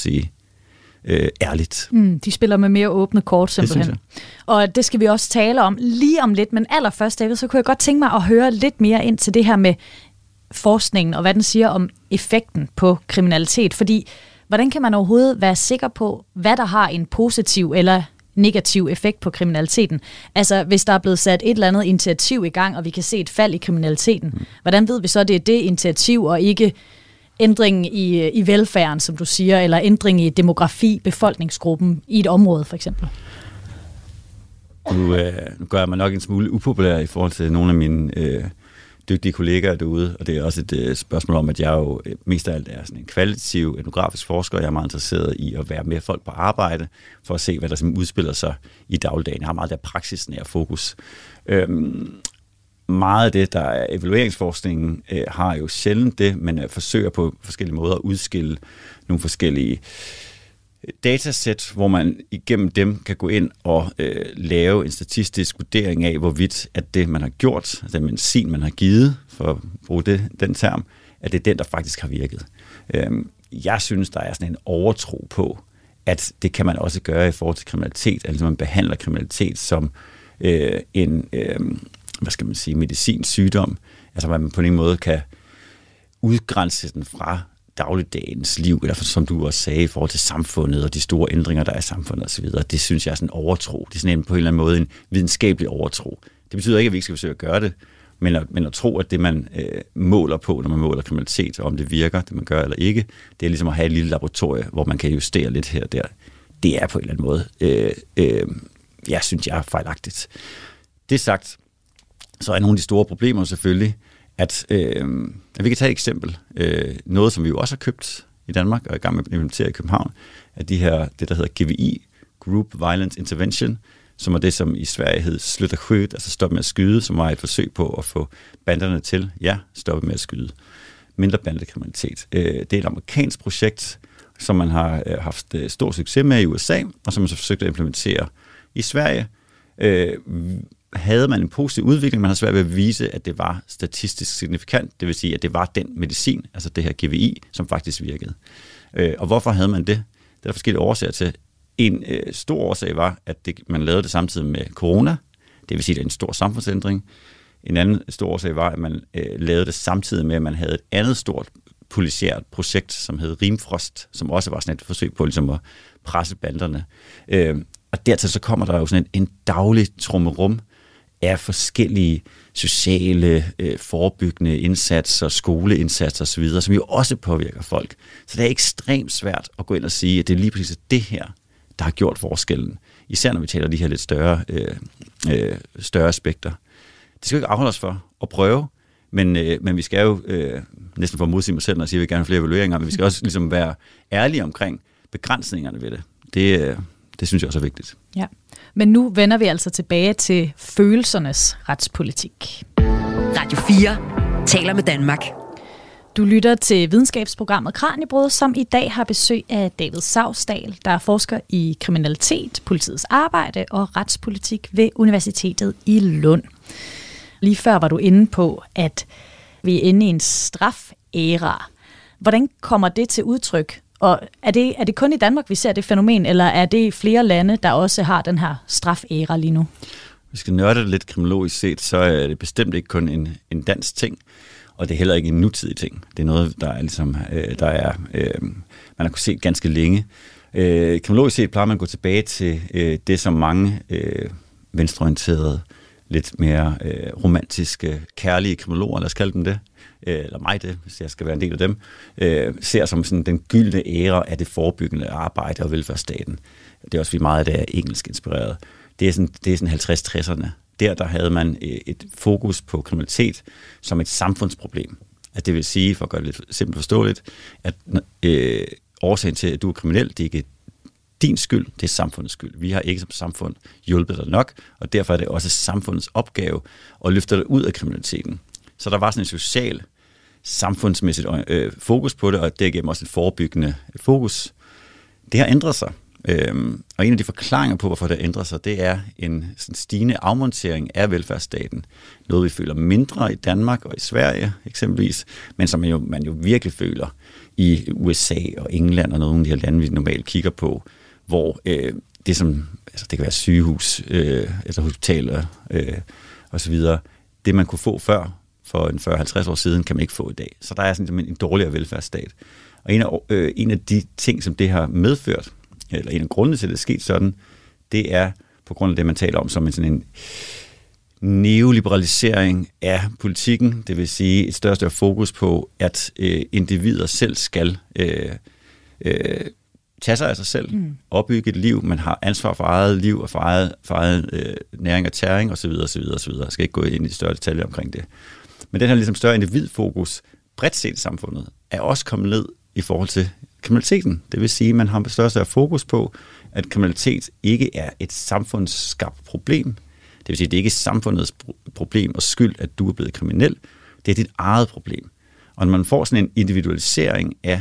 ærligt. De spiller med mere åbne kort, simpelthen. Og det skal vi også tale om lige om lidt, men allerførst, David, så kunne jeg godt tænke mig at høre lidt mere ind til det her med forskningen, og hvad den siger om effekten på kriminalitet. Fordi, hvordan kan man overhovedet være sikker på, hvad der har en positiv eller negativ effekt på kriminaliteten? Altså, hvis der er blevet sat et eller andet initiativ i gang, og vi kan se et fald i kriminaliteten, hvordan ved vi så, at det er det initiativ, og ikke ændringen i velfærden, som du siger, eller ændring i demografi, befolkningsgruppen i et område, for eksempel? Nu gør jeg mig nok en smule upopulær i forhold til nogle af mine dygtige kollegaer derude, og det er også et spørgsmål om, at jeg jo mest af alt er sådan en kvalitativ etnografisk forsker. Jeg er meget interesseret i at være med folk på arbejde, for at se, hvad der simpelthen udspiller sig i dagligdagen. Jeg har meget der praksisnær fokus. Meget af det, der er evalueringsforskningen, har jo sjældent det, men forsøger på forskellige måder at udskille nogle forskellige datasæt, hvor man igennem dem kan gå ind og lave en statistisk vurdering af, hvorvidt at det, man har gjort, altså den medicin, man har givet, for at bruge den term, at det er den, der faktisk har virket. Jeg synes, der er sådan en overtro på, at det kan man også gøre i forhold til kriminalitet, altså man behandler kriminalitet som en medicinsk sygdom, altså man på en måde kan udgrænse den fra dagligdagens liv, eller som du også sagde, i forhold til samfundet og de store ændringer, der er i samfundet osv. Det synes jeg er sådan en overtro. Det er sådan på en eller anden måde en videnskabelig overtro. Det betyder ikke, at vi ikke skal forsøge at gøre det, men at tro, at det man måler på, når man måler kriminalitet, og om det virker, det man gør eller ikke, det er ligesom at have et lille laboratorie, hvor man kan justere lidt her og der. Det er på en eller anden måde, jeg synes, jeg er fejlagtigt. Det sagt, så er nogle af de store problemer selvfølgelig, at vi kan tage et eksempel. Noget, som vi jo også har købt i Danmark, og er i gang med at implementere i København, er det der hedder GVI, Group Violence Intervention, som er det, som i Sverige hed Sluta skjut, altså stop med at skyde, som var et forsøg på at få banderne til, stoppe med at skyde. Mindre bandekriminalitet. Det er et amerikansk projekt, som man har haft stor succes med i USA, og som man så forsøgt at implementere i Sverige. Havde man en positiv udvikling, man har svært ved at vise, at det var statistisk signifikant, det vil sige, at det var den medicin, altså det her GVI, som faktisk virkede. Og hvorfor havde man det? Det er der forskellige årsager til. En stor årsag var, at man lavede det samtidig med corona, det vil sige, at det er en stor samfundsændring. En anden stor årsag var, at man lavede det samtidig med, at man havde et andet stort polisiært projekt, som hed Rimfrost, som også var sådan et forsøg på ligesom at presse banderne. Og dertil så kommer der jo sådan en daglig trummerum af forskellige sociale, forebyggende indsatser, skoleindsatser osv., som jo også påvirker folk. Så det er ekstremt svært at gå ind og sige, at det er lige præcis det her, der har gjort forskellen. Især når vi taler de her lidt større aspekter. Det skal jo ikke afholde os for at prøve, men vi skal jo næsten få at modsige mig selv, når jeg siger, at vi gerne vil have flere evalueringer, men vi skal også ligesom være ærlige omkring begrænsningerne ved det. Det synes jeg også er vigtigt. Ja. Men nu vender vi altså tilbage til følelsernes retspolitik. Radio 4 taler med Danmark. Du lytter til videnskabsprogrammet Kraniebrud, som i dag har besøg af David Sausdal, der er forsker i kriminalitet, politiets arbejde og retspolitik ved Universitetet i Lund. Lige før var du inde på, at vi er inde i en strafæra. Hvordan kommer det til udtryk? Og er det kun i Danmark, vi ser det fænomen, eller er det i flere lande, der også har den her strafæra lige nu? Hvis vi skal nørde det lidt kriminologisk set, så er det bestemt ikke kun en dansk ting, og det er heller ikke en nutidig ting. Det er noget, der er ligesom, man har kunnet se ganske længe. Kriminologisk set plejer man at gå tilbage til det, som mange venstreorienterede, lidt mere romantiske, kærlige kriminologer, lad os kalde dem det, eller mig det, hvis jeg skal være en del af dem, ser som sådan den gyldne æra af det forebyggende arbejde og velfærdsstaten. Det er også fordi meget af det er engelsk inspireret. Det er sådan 50-60'erne. Der havde man et fokus på kriminalitet som et samfundsproblem. At det vil sige, for at gøre det lidt simpelt forståeligt, at årsagen til, at du er kriminel, det er ikke din skyld, det er samfundets skyld. Vi har ikke som samfund hjulpet dig nok, og derfor er det også samfundets opgave at løfte dig ud af kriminaliteten. Så der var sådan en social, samfundsmæssigt fokus på det, og derigennem også et forebyggende fokus. Det har ændret sig. Og en af de forklaringer på, hvorfor det ændrer sig, det er en sådan stigende afmontering af velfærdsstaten. Noget, vi føler mindre i Danmark og i Sverige eksempelvis, men som man jo virkelig føler i USA og England og nogle af de her lande, vi normalt kigger på, hvor det som, altså det kan være sygehus, eller hospitaler osv., det man kunne få før, for en 40-50 år siden, kan man ikke få i dag. Så der er sådan en dårligere velfærdsstat. Og en af de ting, som det har medført, eller en af grundene til, at det er sket sådan, det er på grund af det, man taler om som sådan en neoliberalisering af politikken, det vil sige et større fokus på, at individer selv skal tage sig af sig selv, opbygge et liv, man har ansvar for eget liv og for eget næring og tæring osv. osv. Jeg skal ikke gå ind i større detaljer omkring det. Men den her ligesom større individfokus, bredt set i samfundet, er også kommet ned i forhold til kriminaliteten. Det vil sige, at man har større fokus på, at kriminalitet ikke er et samfundsskabt problem. Det vil sige, at det ikke er samfundets problem og skyld, at du er blevet kriminel. Det er dit eget problem. Og når man får sådan en individualisering af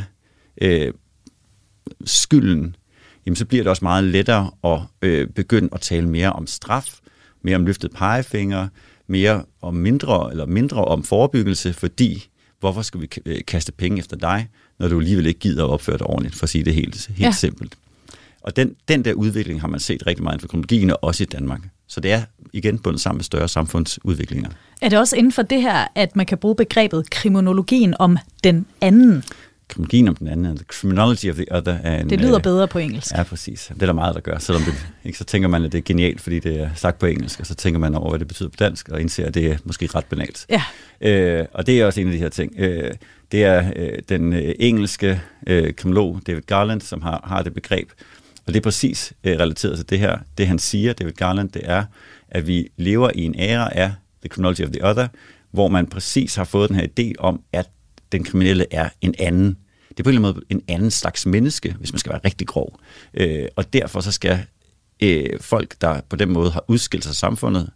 skylden, jamen så bliver det også meget lettere at begynde at tale mere om straf, mere om løftet pegefinger, mere om mindre om forebyggelse, fordi hvorfor skal vi kaste penge efter dig, når du alligevel ikke gider at opføre dig ordentligt, for at sige det helt simpelt. Og den der udvikling har man set rigtig meget inden for kriminologien, og også i Danmark. Så det er igen bundet sammen med større samfundsudviklinger. Er det også inden for det her, at man kan bruge begrebet kriminologien om den anden? Kriminologien om den anden, the criminology of the other. Er en, det lyder bedre på engelsk. Ja, præcis. Det er der meget, der gør. Selvom det, ikke, så tænker man, at det er genialt, fordi det er sagt på engelsk, og så tænker man over, hvad det betyder på dansk, og indser, at det er måske ret banalt. Ja. Og det er også en af de her ting. Det er den engelske kriminolog David Garland, som har det begreb. Og det er præcis relateret til det her. Det han siger, David Garland, det er, at vi lever i en æra af the criminology of the other, hvor man præcis har fået den her idé om, at den kriminelle er en anden. Det er på en eller anden måde en anden slags menneske, hvis man skal være rigtig grov. Og derfor så skal folk, der på den måde har udskilt sig af samfundet,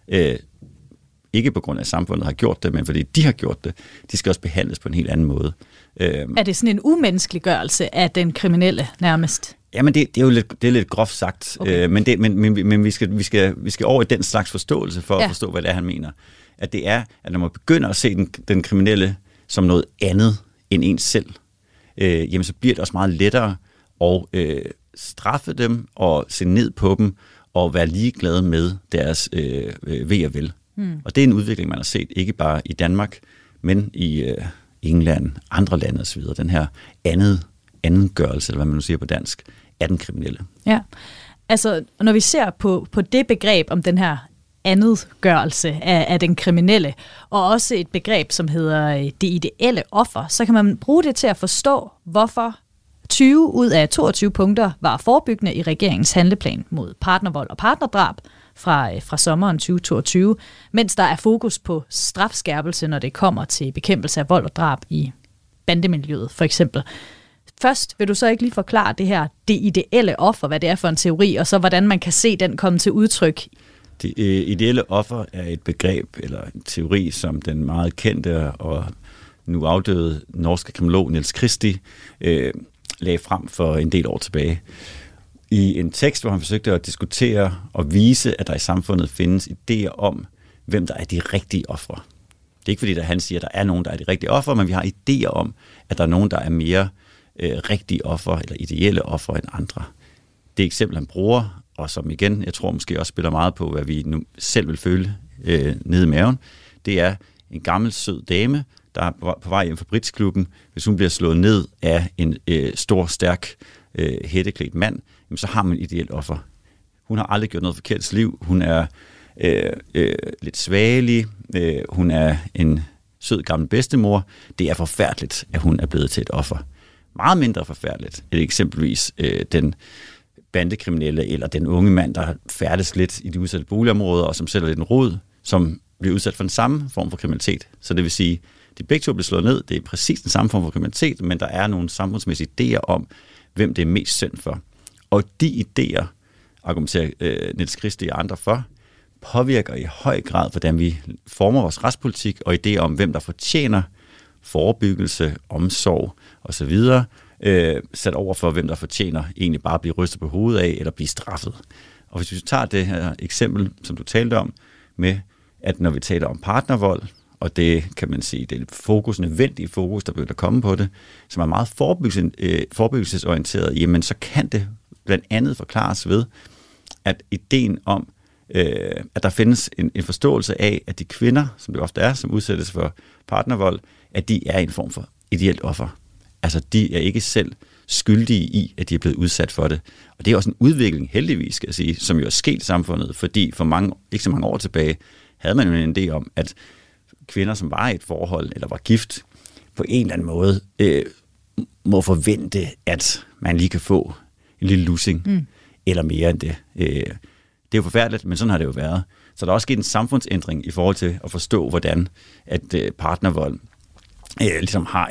ikke på grund af, at samfundet har gjort det, men fordi de har gjort det, de skal også behandles på en helt anden måde. Er det sådan en umenneskeliggørelse af den kriminelle nærmest? Jamen, det er jo lidt groft sagt, okay. Men vi skal over i den slags forståelse for at forstå, hvad det er, han mener. At det er, at når man begynder at se den kriminelle som noget andet end ens selv, jamen så bliver det også meget lettere at straffe dem og se ned på dem og være ligeglade med deres ve og vel. Og det er en udvikling, man har set, ikke bare i Danmark, men i England, andre lande osv. Den her andengørelse, eller hvad man nu siger på dansk, af den kriminelle. Ja, altså når vi ser på det begreb om den her andetgørelse af den kriminelle, og også et begreb, som hedder det ideelle offer, så kan man bruge det til at forstå, hvorfor 20 ud af 22 punkter var forebyggende i regeringens handleplan mod partnervold og partnerdrab fra sommeren 2022, mens der er fokus på strafskærpelse, når det kommer til bekæmpelse af vold og drab i bandemiljøet, for eksempel. Først vil du så ikke lige forklare det ideelle offer, hvad det er for en teori, og så hvordan man kan se den komme til udtryk? Det ideelle offer er et begreb eller en teori, som den meget kendte og nu afdøde norske kriminolog Niels Christie lagde frem for en del år tilbage. I en tekst, hvor han forsøgte at diskutere og vise, at der i samfundet findes idéer om, hvem der er de rigtige ofre. Det er ikke fordi, at han siger, at der er nogen, der er de rigtige ofre, men vi har idéer om, at der er nogen, der er mere rigtige ofre eller ideelle ofre end andre. Det eksempel, han bruger, og som igen, jeg tror måske også spiller meget på, hvad vi nu selv vil føle nede i maven, det er en gammel sød dame, der er på vej hjem fra Britsklubben. Hvis hun bliver slået ned af en stor, stærk, hætteklædt mand, jamen, så har man et ideelt offer. Hun har aldrig gjort noget forkert i sit liv. Hun er lidt svagelig. Hun er en sød gammel bedstemor. Det er forfærdeligt, at hun er blevet til et offer. Meget mindre forfærdeligt end eksempelvis den bandekriminelle eller den unge mand, der færdes lidt i de udsatte boligområder, og som sætter lidt en rod, som bliver udsat for den samme form for kriminalitet. Så det vil sige, de begge to bliver slået ned, det er præcis den samme form for kriminalitet, men der er nogle samfundsmæssige idéer om, hvem det er mest synd for. Og de idéer, argumenterer Niels Christie og andre for, påvirker i høj grad, hvordan vi former vores retspolitik, og idéer om, hvem der fortjener forebyggelse, omsorg osv., sat over for, hvem der fortjener egentlig bare at blive rystet på hovedet af, eller blive straffet. Og hvis vi tager det her eksempel, som du talte om, med at når vi taler om partnervold, og det kan man sige, det er nødvendige fokus, der begynder at komme på det, som er meget forebyggelsesorienteret, jamen så kan det blandt andet forklares ved, at ideen om, at der findes en forståelse af, at de kvinder, som det ofte er, som udsættes for partnervold, at de er en form for ideelt offer. Altså, de er ikke selv skyldige i, at de er blevet udsat for det. Og det er også en udvikling, heldigvis, skal jeg sige, som jo er sket i samfundet, fordi for ikke så mange år tilbage, havde man jo en idé om, at kvinder, som var i et forhold, eller var gift, på en eller anden måde, må forvente, at man lige kan få en lille lussing, eller mere end det. Det er jo forfærdeligt, men sådan har det jo været. Så der er også sket en samfundsændring i forhold til at forstå, hvordan at partnervold ligesom har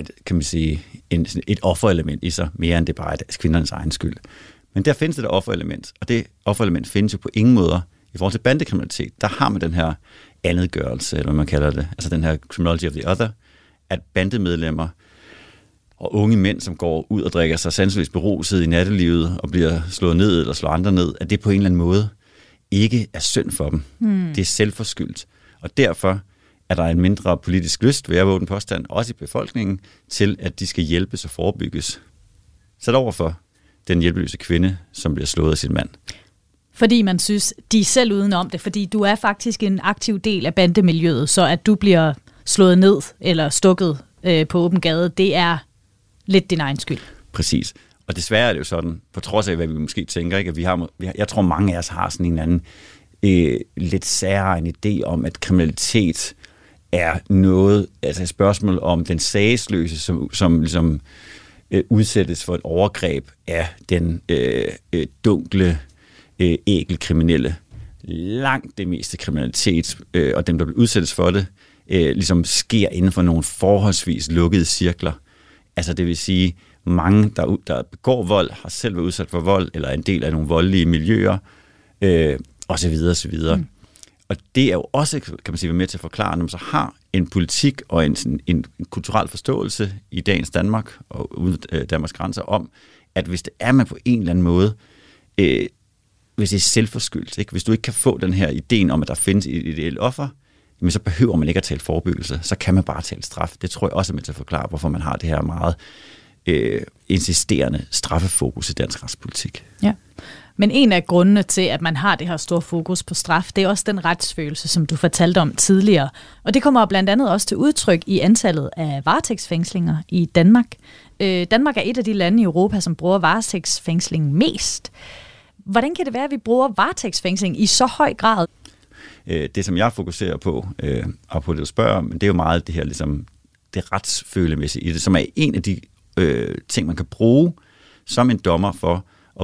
et offerelement i sig, mere end det bare er kvindernes egen skyld. Men der findes det der offerelement, og det offerelement findes jo på ingen måder i forhold til bandekriminalitet. Der har man den her andetgørelse, eller hvad man kalder det, altså den her criminology of the other, at bandemedlemmer og unge mænd, som går ud og drikker sig sandsynligvis beruset i nattelivet og bliver slået ned eller slår andre ned, at det på en eller anden måde ikke er synd for dem. Det er selvforskyldt. Og derfor er der en mindre politisk lyst, vil jeg våge den påstand, også i befolkningen, til at de skal hjælpes og forebygges. Sat overfor den hjælpeløse kvinde, som bliver slået af sin mand. Fordi man synes, de er selv udenom det, fordi du er faktisk en aktiv del af bandemiljøet, så at du bliver slået ned eller stukket på åben gade, det er lidt din egen skyld. Præcis. Og desværre er det jo sådan, på trods af, hvad vi måske tænker, ikke, at jeg tror, mange af os har sådan en anden lidt særlig idé om, at kriminalitet er noget, altså et spørgsmål om den sagesløse, som ligesom udsættes for et overgreb af den dunkle, ækelkriminelle. Langt det meste kriminalitet, og dem, der bliver udsættes for det, ligesom sker inden for nogle forholdsvis lukkede cirkler. Altså det vil sige, mange, der begår vold, har selv været udsat for vold, eller er en del af nogle voldelige miljøer, og så videre, så videre. Mm. Og det er jo også, kan man sige, med til at forklare, når man så har en politik og en kulturel forståelse i dagens Danmark og uden Danmarks grænser om, at hvis det er man på en eller anden måde, hvis det er selvforskyldt, ikke? Hvis du ikke kan få den her ideen om, at der findes et ideelt offer, men så behøver man ikke at tale forebyggelse, så kan man bare tale straf. Det tror jeg også er med til at forklare, hvorfor man har det her meget insisterende straffefokus i dansk retspolitik. Ja. Men en af grundene til, at man har det her store fokus på straf, det er også den retsfølelse, som du fortalte om tidligere. Og det kommer blandt andet også til udtryk i antallet af varetægtsfængslinger i Danmark. Danmark er et af de lande i Europa, som bruger varetægtsfængsling mest. Hvordan kan det være, at vi bruger varetægtsfængsling i så høj grad? Det, som jeg fokuserer på, og på det, du spørger, men det er jo meget det her, ligesom, det retsfølemæssige i det, som er en af de ting, man kan bruge som en dommer for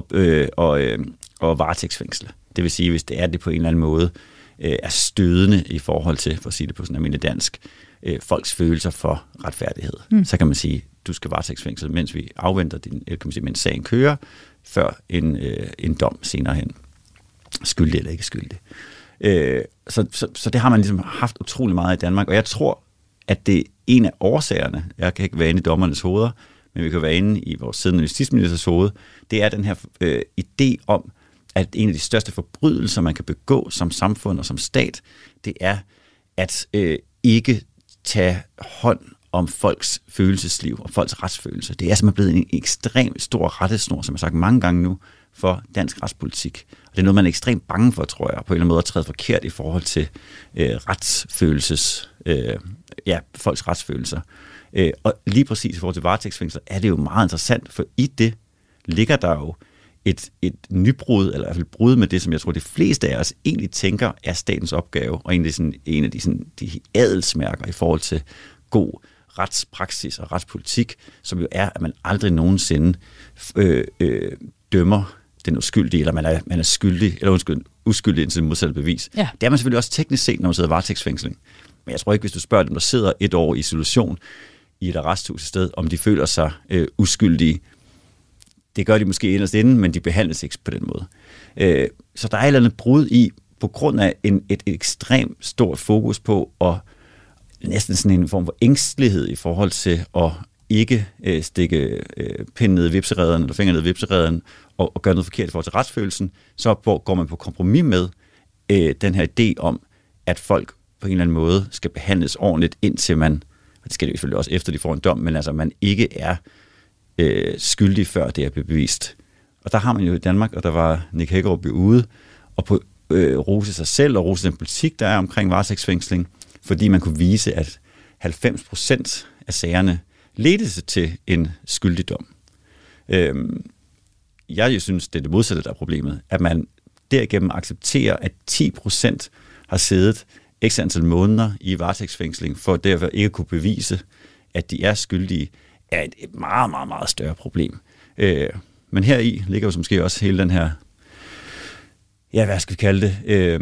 at varetægtsfængsle. Det vil sige, hvis det er det på en eller anden måde er stødende i forhold til, for at sige det på sådan almindelig dansk, folks følelser for retfærdighed. Så kan man sige, du skal varetægtsfængsle, mens vi afventer mens sagen kører, før en dom senere hen. Skyldig eller ikke skyldig. Så det har man ligesom haft utrolig meget i Danmark, og jeg tror, at det er en af årsagerne, jeg kan ikke være inde i dommernes hoveder, men vi kan være inde i vores siddende justitsministers hoved, det er den her idé om, at en af de største forbrydelser, man kan begå som samfund og som stat, det er at ikke tage hånd om folks følelsesliv og folks retsfølelse. Det er simpelthen blevet en ekstremt stor rettesnor, som jeg har sagt mange gange nu, for dansk retspolitik. Og det er noget, man er ekstremt bange for, tror jeg, på en eller anden måde at træde forkert i forhold til folks retsfølelser. Og lige præcis i forhold til varetægtsfængsler er det jo meget interessant, for i det ligger der jo et nybrud, eller i hvert fald brud med det, som jeg tror, de fleste af os egentlig tænker er statens opgave, og egentlig sådan en af de adelsmærker i forhold til god retspraksis og retspolitik, som jo er, at man aldrig nogensinde dømmer den uskyldige, eller man er skyldig, eller uskyldig indtil det modsatte bevis. Ja. Det er man selvfølgelig også teknisk set, når man sidder i varetægtsfængsling. Men jeg tror ikke, hvis du spørger dem, der sidder et år i isolation i et arresthus et sted, om de føler sig uskyldige. Det gør de måske inderst inden, men de behandles ikke på den måde. Så der er et eller andet brud i, på grund af et ekstremt stort fokus på, og næsten sådan en form for ængstelighed i forhold til at ikke stikke pinden ned i vipsereden, eller fingeren ned i vipsereden, og gøre noget forkert i forhold til retsfølelsen, så går man på kompromis med den her idé om, at folk på en eller anden måde skal behandles ordentligt, indtil man, og det skal det selvfølgelig også efter de får en dom, men altså man ikke er skyldig, før det er bevist. Og der har man jo i Danmark, og der var Nick Hækkerup ude, og på rose sig selv, og rose den politik, der er omkring varetægtsfængsling, fordi man kunne vise, at 90% af sagerne ledte sig til en skyldig dom. Jeg synes, det er det modsatte, der er problemet, at man derigennem accepterer, at 10% har siddet x antal måneder i varetægtsfængsling, for derfor ikke at kunne bevise, at de er skyldige, er et meget, meget, meget større problem. Men heri ligger jo så måske også hele den her, hvad skal vi kalde det,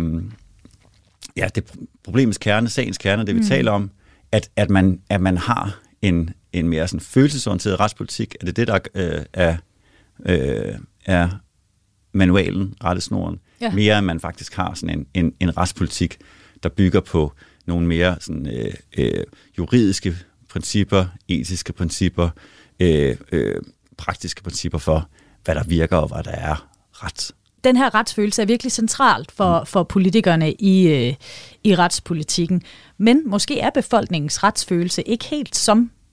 det problemets kerne, sagens kerne, det vi taler om, at man har en mere sådan følelsesorienteret retspolitik, at det er det, der er manualen, rettesnoren, mere end man faktisk har sådan en retspolitik, der bygger på nogle mere sådan, juridiske principper, etiske principper, praktiske principper for, hvad der virker og hvad der er ret. Den her retsfølelse er virkelig centralt for politikerne i retspolitikken. Men måske er befolkningens retsfølelse ikke helt, som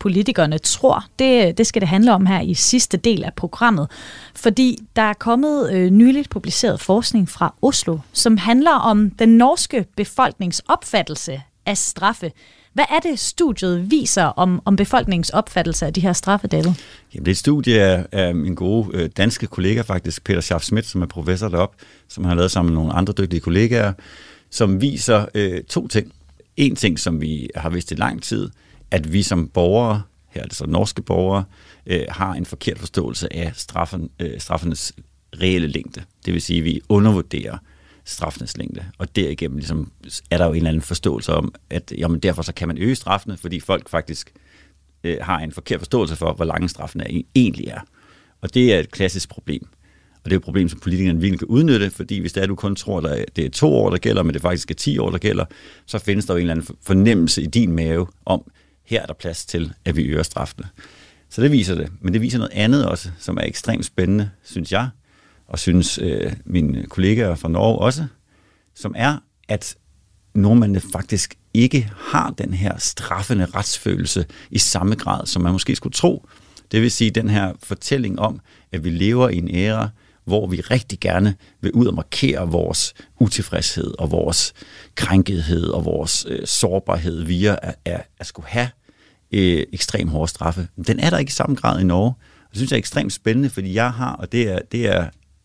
politikerne tror. Det skal det handle om her i sidste del af programmet. Fordi der er kommet nyligt publiceret forskning fra Oslo, som handler om den norske befolknings opfattelse af straffe. Hvad er det, studiet viser om befolkningens opfattelse af de her straffe, David? Jamen, det er et studie af min gode danske kollega faktisk, Peter Schaff-Schmidt, som er professor deroppe, som har lavet sammen med nogle andre dygtige kollegaer, som viser 2 ting. En ting, som vi har vidst i lang tid, at vi som borgere, her er det så norske borgere, har en forkert forståelse af straffenes reelle længde. Det vil sige, at vi undervurderer straffenes længde, og derigennem ligesom, er der jo en eller anden forståelse om, at jamen, derfor så kan man øge straffene, fordi folk faktisk har en forkert forståelse for, hvor lange straffene egentlig er. Og det er et klassisk problem. Og det er et problem, som politikerne virkelig kan udnytte, fordi hvis det er, du kun tror, at det er 2 år, der gælder, men det faktisk er 10 år, der gælder, så findes der jo en eller anden fornemmelse i din mave om, her er der plads til, at vi øger straffene. Så det viser det. Men det viser noget andet også, som er ekstremt spændende, synes jeg, og synes mine kollegaer fra Norge også, som er, at nordmændene faktisk ikke har den her straffende retsfølelse i samme grad, som man måske skulle tro. Det vil sige den her fortælling om, at vi lever i en æra, hvor vi rigtig gerne vil ud og markere vores utilfredshed og vores krænkethed og vores sårbarhed via at skulle have ekstrem hårde straffe. Den er der ikke i samme grad i Norge. Det synes jeg er ekstremt spændende, fordi jeg har, og det er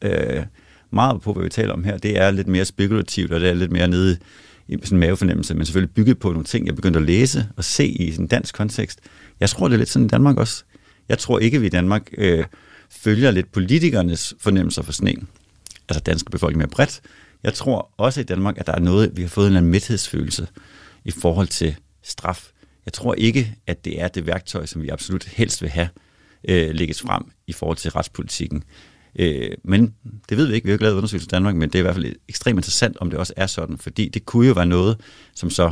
meget på, hvad vi taler om her, det er lidt mere spekulativt, og det er lidt mere nede i sådan en mavefornemmelse, men selvfølgelig bygget på nogle ting, jeg begyndte at læse og se i sådan en dansk kontekst. Jeg tror, det er lidt sådan i Danmark også. Jeg tror ikke, vi i Danmark følger lidt politikernes fornemmelser for sne, altså danske befolkning mere bredt. Jeg tror også i Danmark, at der er noget, vi har fået en eller anden mæthedsfølelse i forhold til straf. Jeg tror ikke, at det er det værktøj, som vi absolut helst vil have lægges frem i forhold til retspolitikken. Men det ved vi ikke, vi har ikke lavet undersøgelser i Danmark, men det er i hvert fald ekstremt interessant, om det også er sådan, fordi det kunne jo være noget, som så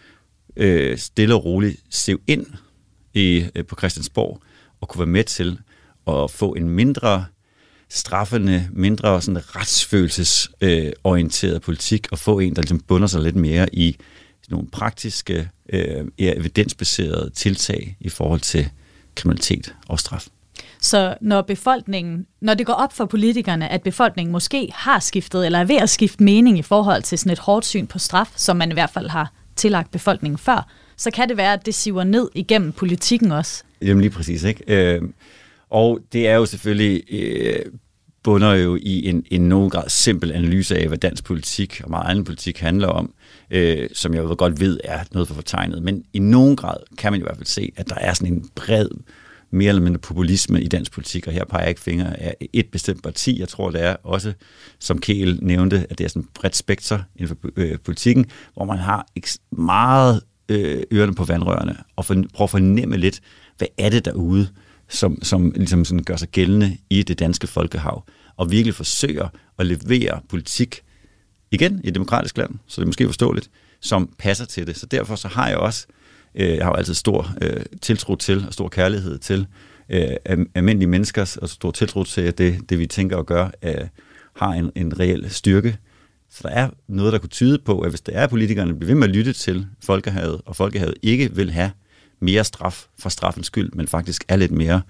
stille og roligt sev ind på Christiansborg, og kunne være med til at få en mindre straffende, mindre sådan retsfølelsesorienteret politik, og få en, der ligesom bunder sig lidt mere i nogle praktiske, evidensbaserede tiltag i forhold til kriminalitet og straf. Så når det går op for politikerne, at befolkningen måske har skiftet, eller er ved at skifte mening i forhold til sådan et hårdt syn på straf, som man i hvert fald har tillagt befolkningen før, så kan det være, at det siver ned igennem politikken også. Jamen lige præcis, ikke? Og det er jo selvfølgelig bunder jo i en nogen grad simpel analyse af, hvad dansk politik og meget anden politik handler om, som jeg jo godt ved er noget for fortegnet. Men i nogen grad kan man i hvert fald se, at der er sådan en bred, mere eller mindre populisme i dansk politik, og her peger jeg ikke fingre af et bestemt parti. Jeg tror, det er også, som Kjell nævnte, at det er sådan et bredt spektrum inden for politikken, hvor man har meget ørerne på vandrørene, og prøver at fornemme lidt, hvad er det derude, som ligesom sådan gør sig gældende i det danske folkehav, og virkelig forsøger at levere politik, igen i et demokratisk land, så det er måske forståeligt, som passer til det. Så derfor så har jeg også, jeg har jo altid stor tiltro til, og stor kærlighed til almindelige menneskers, og stor tiltro til, at det vi tænker og gør, har en reel styrke. Så der er noget, der kunne tyde på, at hvis det er, politikerne bliver ved med at lytte til folkehavet, og folkehavet ikke vil have mere straf for straffens skyld, men faktisk er lidt mere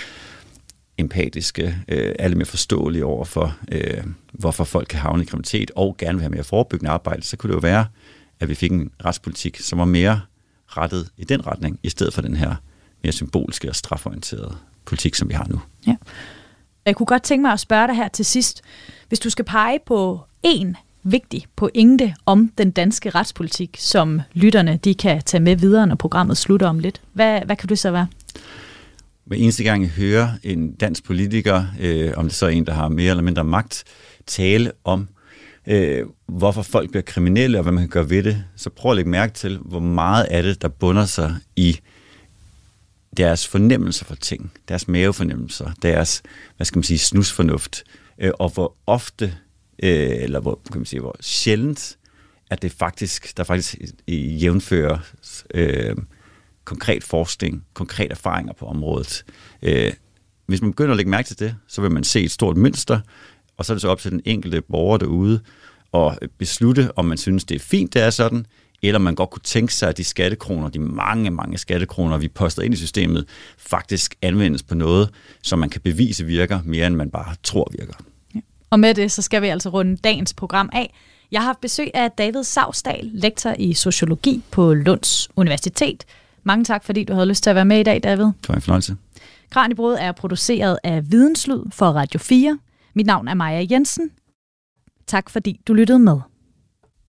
empatiske, er lidt mere forståelige over for, hvorfor folk kan havne i kriminalitet, og gerne vil have mere forebyggende arbejde, så kunne det jo være, at vi fik en retspolitik, som var mere rettet i den retning, i stedet for den her mere symbolske og straforienterede politik, som vi har nu. Ja. Jeg kunne godt tænke mig at spørge dig her til sidst. Hvis du skal pege på en vigtig pointe om den danske retspolitik, som lytterne de kan tage med videre, når programmet slutter om lidt, hvad kan det så være? Hver eneste gang jeg hører en dansk politiker, om det så er en, der har mere eller mindre magt, tale om, hvorfor folk bliver kriminelle, og hvad man kan gøre ved det, så prøv at lægge mærke til, hvor meget af det, der bunder sig i deres fornemmelser for ting, deres mavefornemmelser, deres, snusfornuft, og hvor ofte, eller hvor sjældent, at der faktisk jævnfører konkret forskning, konkret erfaringer på området. Hvis man begynder at lægge mærke til det, så vil man se et stort mønster, og så er det så op til den enkelte borger derude at beslutte, om man synes, det er fint, det er sådan, eller man godt kunne tænke sig, at de skattekroner, de mange skattekroner, vi poster ind i systemet, faktisk anvendes på noget, som man kan bevise virker, mere end man bare tror virker. Ja. Og med det, så skal vi altså runde dagens program af. Jeg har haft besøg af David Sausdal, lektor i sociologi på Lunds Universitet. Mange tak, fordi du havde lyst til at være med i dag, David. Det var en fornøjelse. Kraniebrud er produceret af Videnslyd for Radio 4. Mit navn er Maja Jensen. Tak fordi du lyttede med.